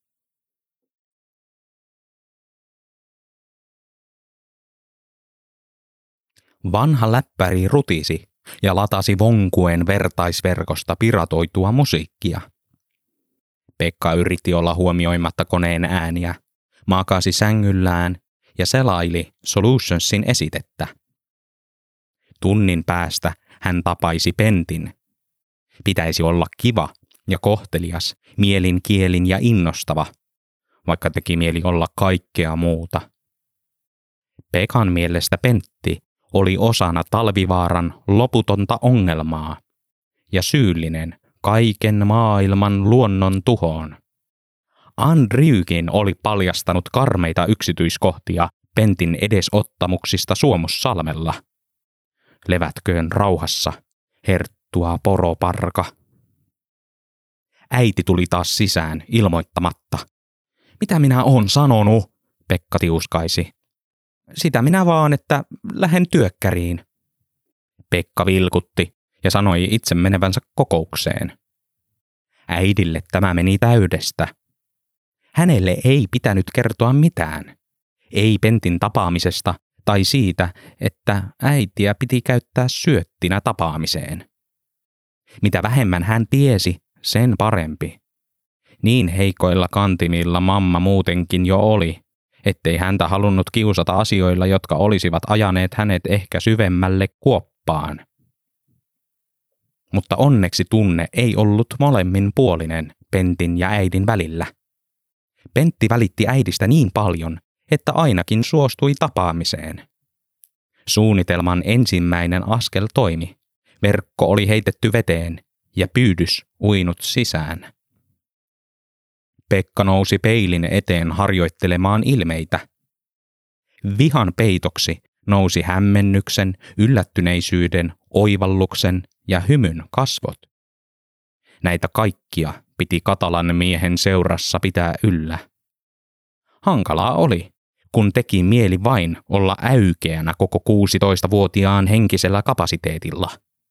Speaker 1: Vanha läppäri rutisi ja latasi vonkuen vertaisverkosta piratoitua musiikkia. Pekka yritti olla huomioimatta koneen ääniä, makasi sängyllään ja selaili Solutionsin esitettä. Tunnin päästä hän tapaisi Pentin. Pitäisi olla kiva ja kohtelias, mielin kielin ja innostava, vaikka teki mieli olla kaikkea muuta. Pekan mielestä Pentti oli osana Talvivaaran loputonta ongelmaa ja syyllinen kaiken maailman luonnon tuhoon. Andriykin oli paljastanut karmeita yksityiskohtia Pentin edesottamuksista Suomussalmella. Levätköön rauhassa, herttua poroparka. Äiti tuli taas sisään ilmoittamatta. Mitä minä oon sanonut? Pekka tiuskaisi. Sitä minä vaan, että lähden työkkäriin. Pekka vilkutti ja sanoi itse menevänsä kokoukseen. Äidille tämä meni täydestä. Hänelle ei pitänyt kertoa mitään. Ei Pentin tapaamisesta tai siitä, että äitiä piti käyttää syöttinä tapaamiseen. Mitä vähemmän hän tiesi, sen parempi. Niin heikoilla kantimilla mamma muutenkin jo oli, ettei häntä halunnut kiusata asioilla, jotka olisivat ajaneet hänet ehkä syvemmälle kuoppaan. Mutta onneksi tunne ei ollut molemminpuolinen Pentin ja äidin välillä. Pentti välitti äidistä niin paljon, että ainakin suostui tapaamiseen. Suunnitelman ensimmäinen askel toimi. Verkko oli heitetty veteen ja pyydys uinut sisään. Pekka nousi peilin eteen harjoittelemaan ilmeitä. Vihan peitoksi nousi hämmennyksen, yllättyneisyyden, oivalluksen ja hymyn kasvot. Näitä kaikkia piti Katalan miehen seurassa pitää yllä. Hankalaa oli, kun teki mieli vain olla äykeänä koko kuusitoistavuotiaan henkisellä kapasiteetilla.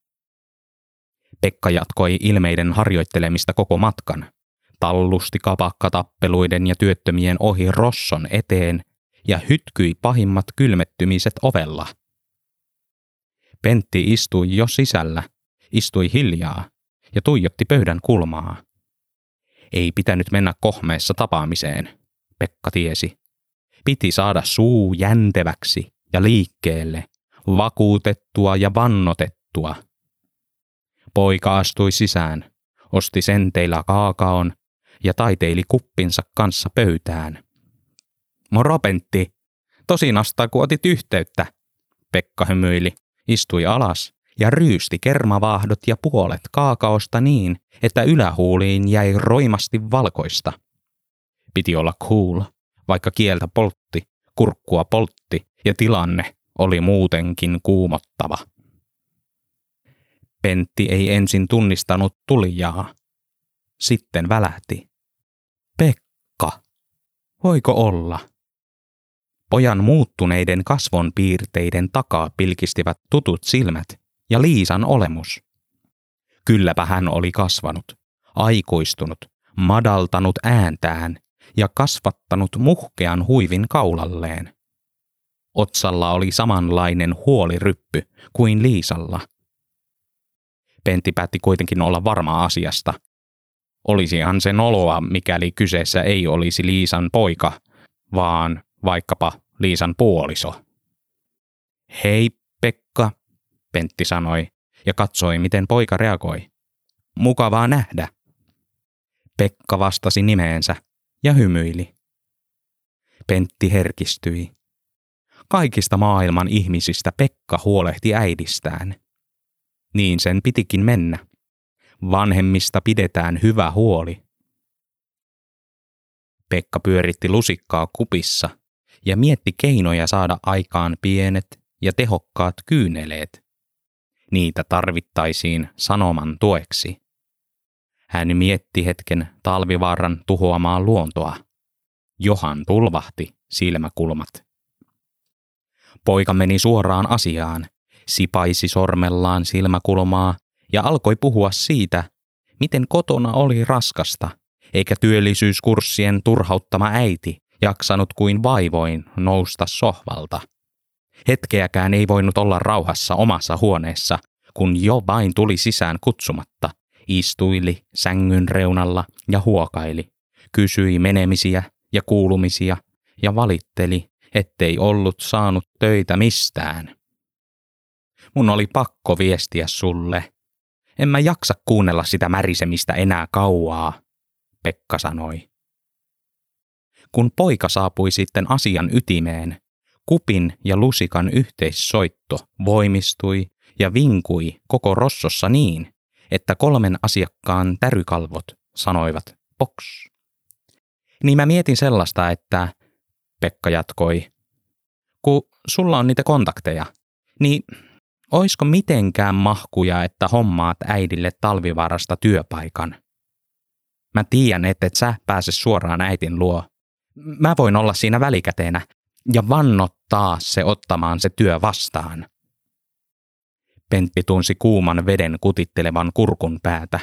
Speaker 1: Pekka jatkoi ilmeiden harjoittelemista koko matkan, tallusti kapakkatappeluiden ja työttömien ohi Rosson eteen ja hytkyi pahimmat kylmettymiset ovella. Pentti istui jo sisällä, istui hiljaa ja tuijotti pöydän kulmaa. Ei pitänyt mennä kohmeessa tapaamiseen, Pekka tiesi. Piti saada suu jänteväksi ja liikkeelle, vakuutettua ja vannotettua. Poika astui sisään, osti senteillä kaakaon ja taiteili kuppinsa kanssa pöytään. Moro Pentti, tosi nastaa kun otit yhteyttä. Pekka hymyili, istui alas ja ryysti kermavaahdot ja puolet kaakaosta niin, että ylähuuliin jäi roimasti valkoista. Piti olla cool, vaikka kieltä poltti, kurkkua poltti ja tilanne oli muutenkin kuumottava. Pentti ei ensin tunnistanut tulijaa. Sitten välähti. Pekka, voiko olla? Pojan muuttuneiden kasvonpiirteiden takaa pilkistivät tutut silmät ja Liisan olemus. Kylläpä hän oli kasvanut, aikuistunut, madaltanut ääntään ja kasvattanut muhkean huivin kaulalleen. Otsalla oli samanlainen huoliryppy kuin Liisalla. Pentti päätti kuitenkin olla varma asiasta. Olisihan se noloa, mikäli kyseessä ei olisi Liisan poika, vaan vaikkapa Liisan puoliso. Hei Pekka, Pentti sanoi ja katsoi, miten poika reagoi. Mukavaa nähdä. Pekka vastasi nimeensä ja hymyili. Pentti herkistyi. Kaikista maailman ihmisistä Pekka huolehti äidistään. Niin sen pitikin mennä. Vanhemmista pidetään hyvä huoli. Pekka pyöritti lusikkaa kupissa ja mietti keinoja saada aikaan pienet ja tehokkaat kyyneleet. Niitä tarvittaisiin sanoman tueksi. Hän mietti hetken Talvivaaran tuhoamaa luontoa. Johan tulvahti silmäkulmat. Poika meni suoraan asiaan, sipaisi sormellaan silmäkulmaa ja alkoi puhua siitä, miten kotona oli raskasta, eikä työllisyyskurssien turhauttama äiti jaksanut kuin vaivoin nousta sohvalta. Hetkeäkään ei voinut olla rauhassa omassa huoneessa, kun jo vain tuli sisään kutsumatta, istuili sängyn reunalla ja huokaili, kysyi menemisiä ja kuulumisia ja valitteli, ettei ollut saanut töitä mistään. Mun oli pakko viestiä sulle. En mä jaksa kuunnella sitä märisemistä enää kauaa, Pekka sanoi. Kun poika saapui sitten asian ytimeen, kupin ja lusikan yhteissoitto voimistui ja vinkui koko Rossossa niin, että kolmen asiakkaan tärykalvot sanoivat boks. Niin mä mietin sellaista, että, Pekka jatkoi, kun sulla on niitä kontakteja, niin oisko mitenkään mahkuja, että hommaat äidille Talvivaarasta työpaikan? Mä tiedän, että et sä pääse suoraan äitin luo. Mä voin olla siinä välikäteenä ja vannottaa se ottamaan se työ vastaan. Pentti tunsi kuuman veden kutittelevan kurkun päätä.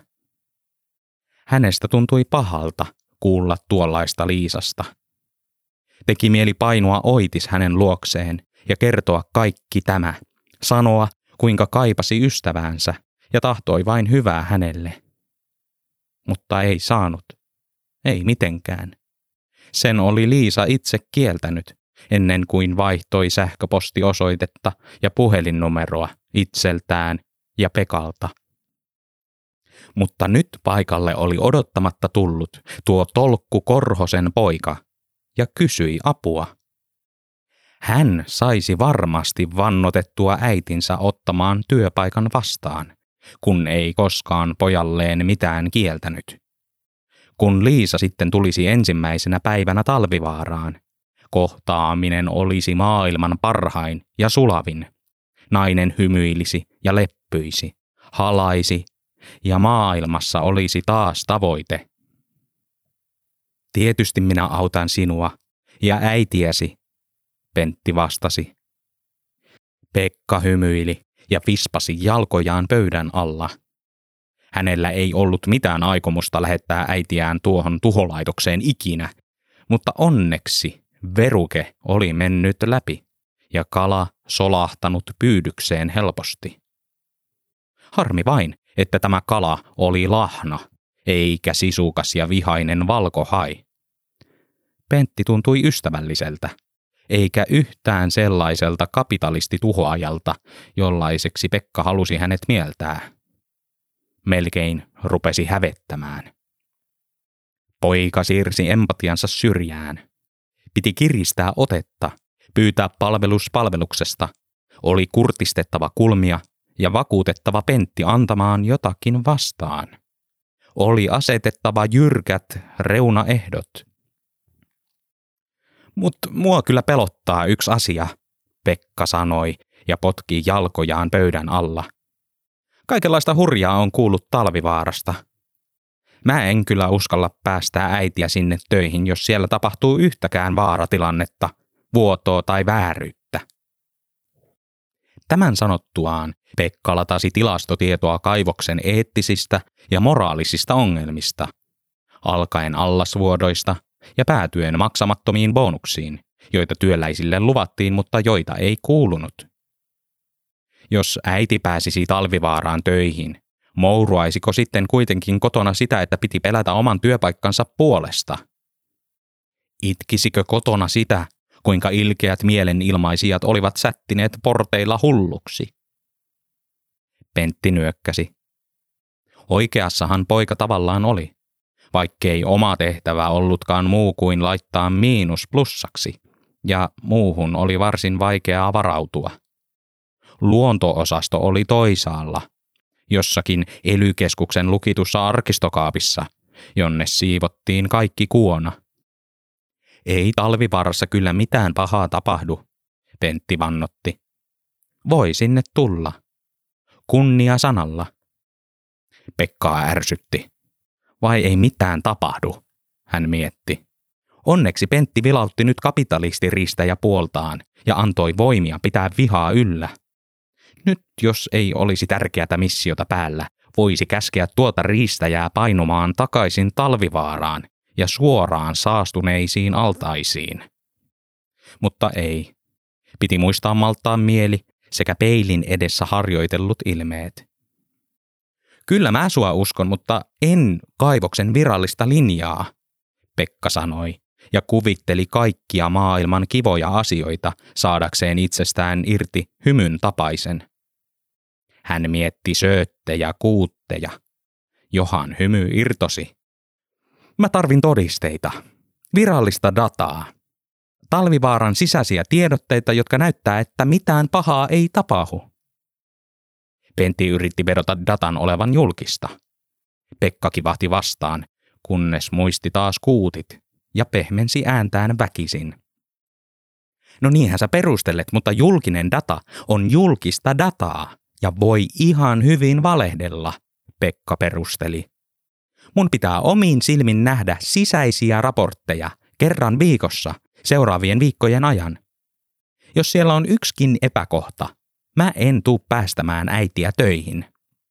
Speaker 1: Hänestä tuntui pahalta kuulla tuollaista Liisasta. Teki mieli painua oitis hänen luokseen ja kertoa kaikki tämä, sanoa kuinka kaipasi ystäväänsä ja tahtoi vain hyvää hänelle. Mutta ei saanut, ei mitenkään. Sen oli Liisa itse kieltänyt, ennen kuin vaihtoi sähköpostiosoitetta ja puhelinnumeroa itseltään ja Pekalta. Mutta nyt paikalle oli odottamatta tullut tuo Tolkku Korhosen poika ja kysyi apua. Hän saisi varmasti vannotettua äitinsä ottamaan työpaikan vastaan, kun ei koskaan pojalleen mitään kieltänyt. Kun Liisa sitten tulisi ensimmäisenä päivänä Talvivaaraan, kohtaaminen olisi maailman parhain ja sulavin. Nainen hymyilisi ja leppyisi, halaisi ja maailmassa olisi taas tavoite. Tietysti minä autan sinua ja äitiäsi, Pentti vastasi. Pekka hymyili ja vispasi jalkojaan pöydän alla. Hänellä ei ollut mitään aikomusta lähettää äitiään tuohon tuholaitokseen ikinä, mutta onneksi veruke oli mennyt läpi ja kala solahtanut pyydykseen helposti. Harmi vain, että tämä kala oli lahna, eikä sisukas ja vihainen valkohai. Pentti tuntui ystävälliseltä, eikä yhtään sellaiselta kapitalistituhoajalta, jollaiseksi Pekka halusi hänet mieltää. Melkein rupesi hävettämään. Poika siirsi empatiansa syrjään. Piti kiristää otetta, pyytää palvelus palveluksesta, oli kurtistettava kulmia ja vakuutettava Pentti antamaan jotakin vastaan. Oli asetettava jyrkät reunaehdot. Mut mua kyllä pelottaa yksi asia, Pekka sanoi ja potki jalkojaan pöydän alla. Kaikenlaista hurjaa on kuullut Talvivaarasta. Mä en kyllä uskalla päästää äitiä sinne töihin, jos siellä tapahtuu yhtäkään vaaratilannetta, vuotoa tai vääryyttä. Tämän sanottuaan Pekka latasi tilastotietoa kaivoksen eettisistä ja moraalisista ongelmista, alkaen allasvuodoista ja päätyen maksamattomiin bonuksiin, joita työläisille luvattiin, mutta joita ei kuulunut. Jos äiti pääsisi Talvivaaraan töihin, mouruaisiko sitten kuitenkin kotona sitä, että piti pelätä oman työpaikkansa puolesta? Itkisikö kotona sitä, kuinka ilkeät mielenilmaisijat olivat sättineet porteilla hulluksi? Pentti nyökkäsi. Oikeassahan poika tavallaan oli, vaikkei oma tehtävä ollutkaan muu kuin laittaa miinus plussaksi, ja muuhun oli varsin vaikeaa varautua. Luonto-osasto oli toisaalla, jossakin E L Y-keskuksen lukitussa arkistokaapissa, jonne siivottiin kaikki kuona. Ei Talvivaarassa kyllä mitään pahaa tapahdu, Pentti vannotti. Voi sinne tulla. Kunnia sanalla. Pekkaa ärsytti. Vai ei mitään tapahdu, hän mietti. Onneksi Pentti vilautti nyt kapitalistiristäjä puoltaan ja antoi voimia pitää vihaa yllä. Nyt jos ei olisi tärkeätä missiota päällä, voisi käskeä tuota riistäjää painumaan takaisin Talvivaaraan ja suoraan saastuneisiin altaisiin. Mutta ei. Piti muistaa malttaa mieli sekä peilin edessä harjoitellut ilmeet. Kyllä mä sua uskon, mutta en kaivoksen virallista linjaa, Pekka sanoi ja kuvitteli kaikkia maailman kivoja asioita saadakseen itsestään irti hymyn tapaisen. Hän mietti sööttejä, kuutteja. Johan hymy irtosi. Mä tarvin todisteita. Virallista dataa. Talvivaaran sisäisiä tiedotteita, jotka näyttää, että mitään pahaa ei tapahdu. Pentti yritti vedota datan olevan julkista. Pekka kivahti vastaan, kunnes muisti taas kuutit ja pehmensi ääntään väkisin. No niinhän sä perustelet, mutta julkinen data on julkista dataa ja voi ihan hyvin valehdella, Pekka perusteli. Mun pitää omiin silmin nähdä sisäisiä raportteja kerran viikossa seuraavien viikkojen ajan. Jos siellä on yksikin epäkohta, mä en tuu päästämään äitiä töihin.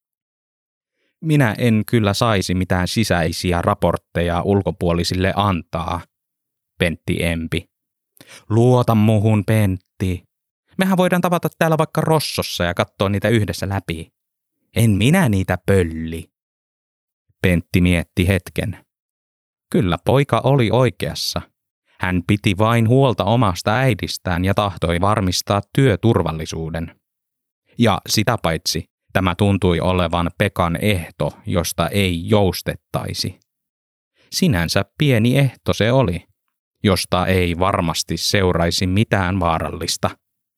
Speaker 1: Minä en kyllä saisi mitään sisäisiä raportteja ulkopuolisille antaa, Pentti empi. Luota muhun, Pentti. Mehän voidaan tavata täällä vaikka Rossossa ja katsoa niitä yhdessä läpi. En minä niitä pölli. Pentti mietti hetken. Kyllä poika oli oikeassa. Hän piti vain huolta omasta äidistään ja tahtoi varmistaa työturvallisuuden. Ja sitä paitsi tämä tuntui olevan Pekan ehto, josta ei joustettaisi. Sinänsä pieni ehto se oli, josta ei varmasti seuraisi mitään vaarallista.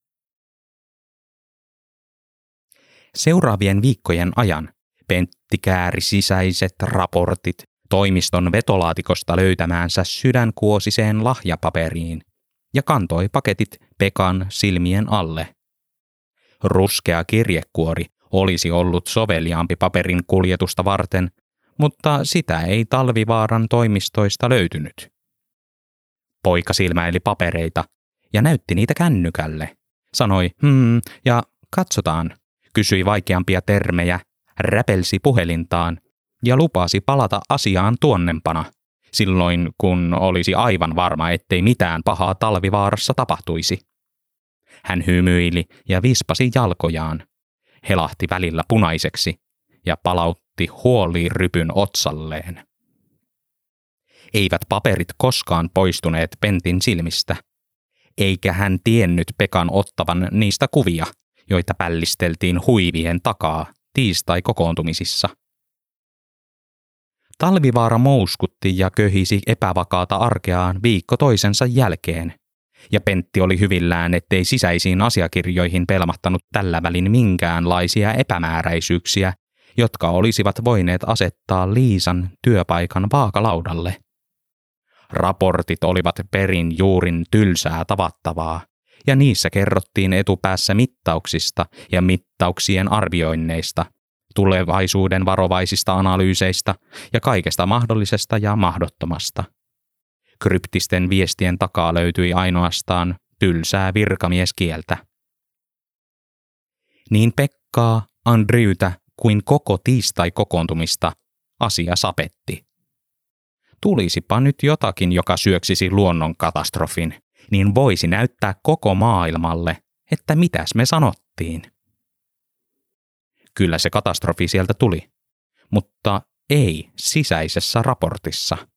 Speaker 1: Seuraavien viikkojen ajan Pentti kääri sisäiset raportit toimiston vetolaatikosta löytämäänsä sydänkuosiseen lahjapaperiin ja kantoi paketit Pekan silmien alle. Ruskea kirjekuori olisi ollut soveliaampi paperin kuljetusta varten, mutta sitä ei Talvivaaran toimistoista löytynyt. Poika silmäili papereita ja näytti niitä kännykälle. Sanoi, hmm, ja katsotaan, kysyi vaikeampia termejä, räpelsi puhelintaan ja lupasi palata asiaan tuonnempana, silloin kun olisi aivan varma, ettei mitään pahaa Talvivaarassa tapahtuisi. Hän hymyili ja vispasi jalkojaan, helahti välillä punaiseksi ja palautti huolirypyn otsalleen. Eivät paperit koskaan poistuneet Pentin silmistä, eikä hän tiennyt Pekan ottavan niistä kuvia, joita pällisteltiin huivien takaa tiistai-kokoontumisissa. Talvivaara mouskutti ja köhisi epävakaata arkeaan viikko toisensa jälkeen, ja Pentti oli hyvillään, ettei sisäisiin asiakirjoihin pelmahtanut tällä välin minkäänlaisia epämääräisyyksiä, jotka olisivat voineet asettaa Liisan työpaikan vaakalaudalle. Raportit olivat perin juurin tylsää tavattavaa, ja niissä kerrottiin etupäässä mittauksista ja mittauksien arvioinneista, tulevaisuuden varovaisista analyyseistä ja kaikesta mahdollisesta ja mahdottomasta. Kryptisten viestien takaa löytyi ainoastaan tylsää virkamieskieltä. Niin Pekkaa, Andryytä kuin koko tiistai-kokoontumista asia sapetti. Tulisipa nyt jotakin, joka syöksisi luonnonkatastrofin, niin voisi näyttää koko maailmalle, että mitäs me sanottiin. Kyllä se katastrofi sieltä tuli, mutta ei sisäisessä raportissa.